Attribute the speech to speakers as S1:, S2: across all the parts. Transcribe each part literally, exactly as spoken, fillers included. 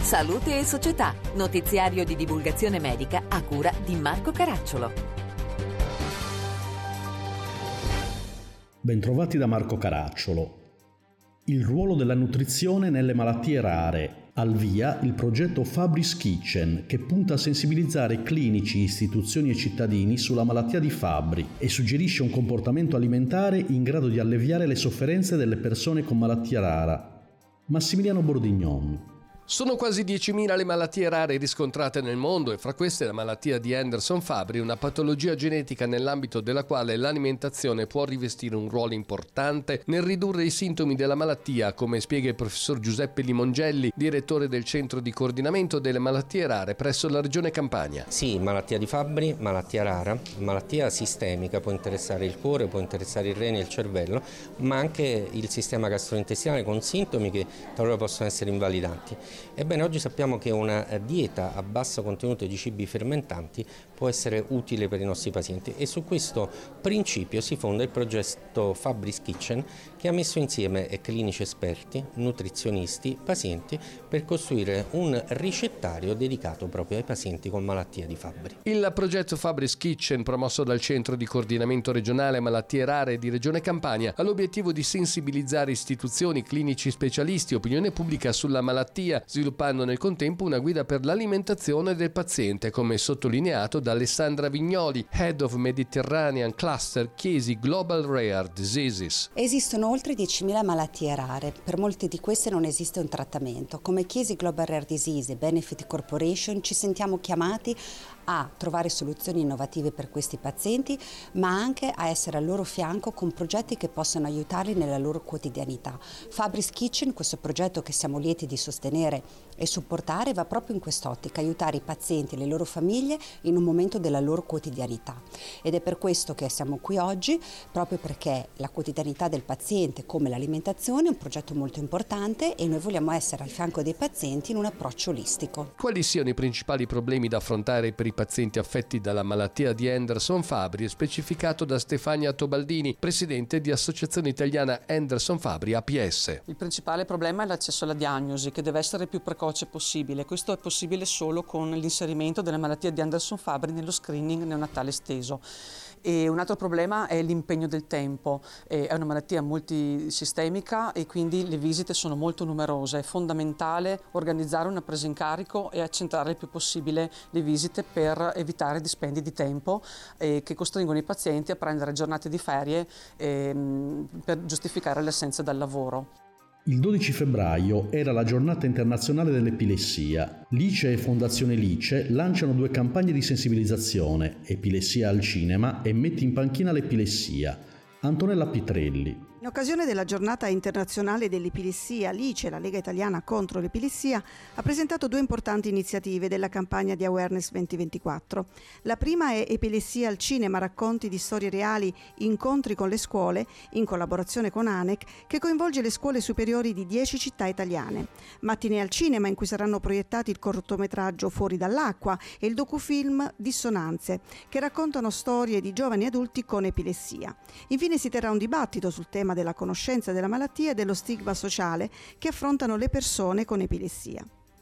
S1: Salute e Società, notiziario di divulgazione medica a cura di Marco Caracciolo.
S2: Bentrovati da Marco Caracciolo. Il ruolo della nutrizione nelle malattie rare. Al via il progetto Fabry's Kitchen, che punta a sensibilizzare clinici, istituzioni e cittadini sulla malattia di Fabry e suggerisce un comportamento alimentare in grado di alleviare le sofferenze delle persone con malattia rara. Massimiliano Bordignon.
S3: Sono quasi diecimila le malattie rare riscontrate nel mondo e fra queste la malattia di Anderson-Fabry, una patologia genetica nell'ambito della quale l'alimentazione può rivestire un ruolo importante nel ridurre i sintomi della malattia, come spiega il professor Giuseppe Limongelli, direttore del Centro di Coordinamento delle Malattie Rare presso la Regione Campania.
S4: Sì, malattia di Fabry, malattia rara, malattia sistemica, può interessare il cuore, può interessare il rene e il cervello, ma anche il sistema gastrointestinale con sintomi che talora possono essere invalidanti. Ebbene, oggi sappiamo che una dieta a basso contenuto di cibi fermentanti può essere utile per i nostri pazienti e su questo principio si fonda il progetto Fabry's Kitchen, che ha messo insieme clinici esperti, nutrizionisti, pazienti per costruire un ricettario dedicato proprio ai pazienti con malattia di Fabry.
S3: Il progetto Fabry's Kitchen, promosso dal Centro di Coordinamento Regionale Malattie Rare di Regione Campania, ha l'obiettivo di sensibilizzare istituzioni, clinici specialisti e opinione pubblica sulla malattia, sviluppando nel contempo una guida per l'alimentazione del paziente, come sottolineato da Alessandra Vignoli, Head of Mediterranean Cluster Chiesi Global Rare Diseases.
S5: Esistono oltre diecimila malattie rare, per molte di queste non esiste un trattamento. Come Chiesi Global Rare Disease e Benefit Corporation ci sentiamo chiamati a trovare soluzioni innovative per questi pazienti, ma anche a essere al loro fianco con progetti che possano aiutarli nella loro quotidianità. Fabry's Kitchen, questo progetto che siamo lieti di sostenere e supportare, va proprio in quest'ottica, aiutare i pazienti e le loro famiglie in un momento della loro quotidianità. Ed è per questo che siamo qui oggi, proprio perché la quotidianità del paziente, come l'alimentazione, è un progetto molto importante e noi vogliamo essere al fianco dei pazienti in un approccio olistico.
S3: Quali siano i principali problemi da affrontare per i pazienti affetti dalla malattia di Anderson-Fabry è specificato da Stefania Tobaldini, presidente di Associazione Italiana Anderson-Fabry A P S.
S6: Il principale problema è l'accesso alla diagnosi, che deve essere il più precoce possibile. Questo è possibile solo con l'inserimento della malattia di Anderson-Fabry nello screening neonatale esteso. E un altro problema è l'impegno del tempo. È una malattia multisistemica e quindi le visite sono molto numerose. È fondamentale organizzare una presa in carico e accentrare il più possibile le visite per evitare dispendi di tempo eh, che costringono i pazienti a prendere giornate di ferie eh, per giustificare l'assenza dal lavoro.
S2: Il dodici febbraio era la giornata internazionale dell'epilessia. Lice e Fondazione Lice lanciano due campagne di sensibilizzazione, Epilessia al cinema e Metti in panchina l'epilessia. Antonella Pitrelli.
S7: In occasione della giornata internazionale dell'epilessia, Lice, la Lega Italiana contro l'Epilessia, ha presentato due importanti iniziative della campagna di Awareness duemilaventiquattro. La prima è Epilessia al cinema, racconti di storie reali, incontri con le scuole, in collaborazione con A N E C, che coinvolge le scuole superiori di dieci città italiane. Mattinee al cinema, in cui saranno proiettati il cortometraggio Fuori dall'acqua e il docufilm Dissonanze, che raccontano storie di giovani adulti con epilessia. Infine si terrà un dibattito sul tema della conoscenza della malattia e dello stigma sociale che affrontano le persone con epilessia.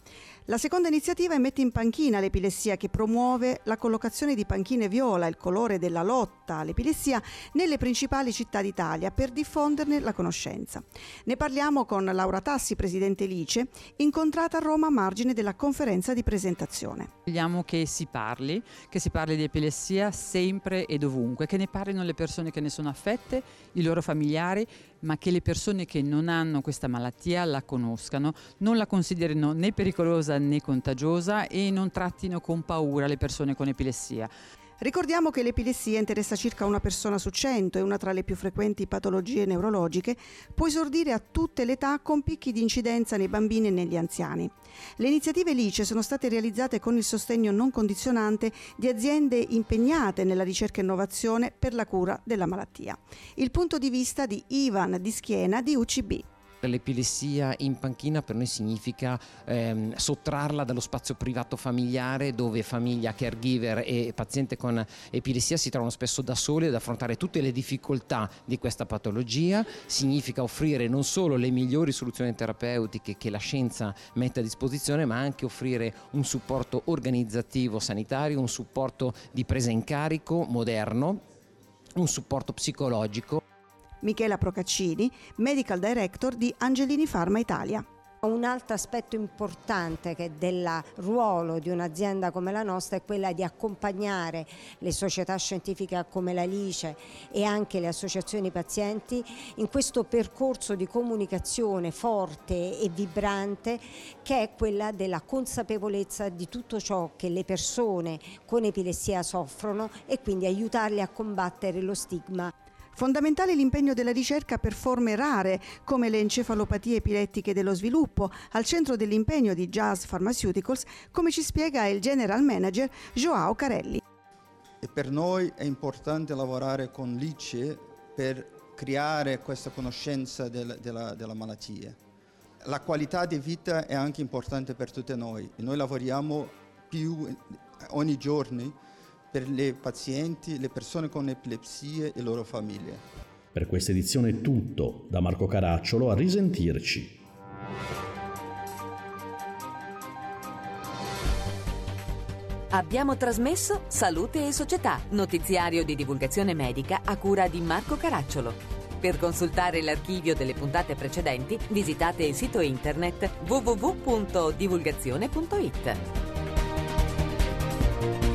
S7: La seconda iniziativa è Metti in panchina l'epilessia, che promuove la collocazione di panchine viola, il colore della lotta all'epilessia, nelle principali città d'Italia per diffonderne la conoscenza. Ne parliamo con Laura Tassi, presidente Lice, incontrata a Roma a margine della conferenza di presentazione.
S8: Vogliamo che si parli, che si parli di epilessia sempre e dovunque, che ne parlino le persone che ne sono affette, i loro familiari, ma che le persone che non hanno questa malattia la conoscano, non la considerino né pericolosa né contagiosa e non trattino con paura le persone con epilessia.
S7: Ricordiamo che l'epilessia interessa circa una persona su cento, è una tra le più frequenti patologie neurologiche, può esordire a tutte le età con picchi di incidenza nei bambini e negli anziani. Le iniziative Lice sono state realizzate con il sostegno non condizionante di aziende impegnate nella ricerca e innovazione per la cura della malattia. Il punto di vista di Ivan Di Schiena di U C B.
S9: L'epilessia in panchina per noi significa ehm, sottrarla dallo spazio privato familiare, dove famiglia, caregiver e paziente con epilessia si trovano spesso da soli ad affrontare tutte le difficoltà di questa patologia. Significa offrire non solo le migliori soluzioni terapeutiche che la scienza mette a disposizione, ma anche offrire un supporto organizzativo sanitario, un supporto di presa in carico moderno, un supporto psicologico.
S7: Michela Procaccini, Medical Director di Angelini Pharma Italia.
S10: Un altro aspetto importante che del ruolo di un'azienda come la nostra è quella di accompagnare le società scientifiche come la Lice e anche le associazioni pazienti in questo percorso di comunicazione forte e vibrante, che è quella della consapevolezza di tutto ciò che le persone con epilessia soffrono e quindi aiutarli a combattere lo stigma.
S7: Fondamentale l'impegno della ricerca per forme rare, come le encefalopatie epilettiche dello sviluppo, al centro dell'impegno di Jazz Pharmaceuticals, come ci spiega il General Manager Joao Carelli.
S11: E per noi è importante lavorare con Lice per creare questa conoscenza del, della, della malattia. La qualità di vita è anche importante per tutti noi. E noi lavoriamo più ogni giorno per le pazienti, le persone con epilepsie e le loro famiglie.
S2: Per questa edizione è tutto. Da Marco Caracciolo, a risentirci.
S1: Abbiamo trasmesso Salute e Società, notiziario di divulgazione medica a cura di Marco Caracciolo. Per consultare l'archivio delle puntate precedenti, visitate il sito internet w w w punto divulgazione punto i t.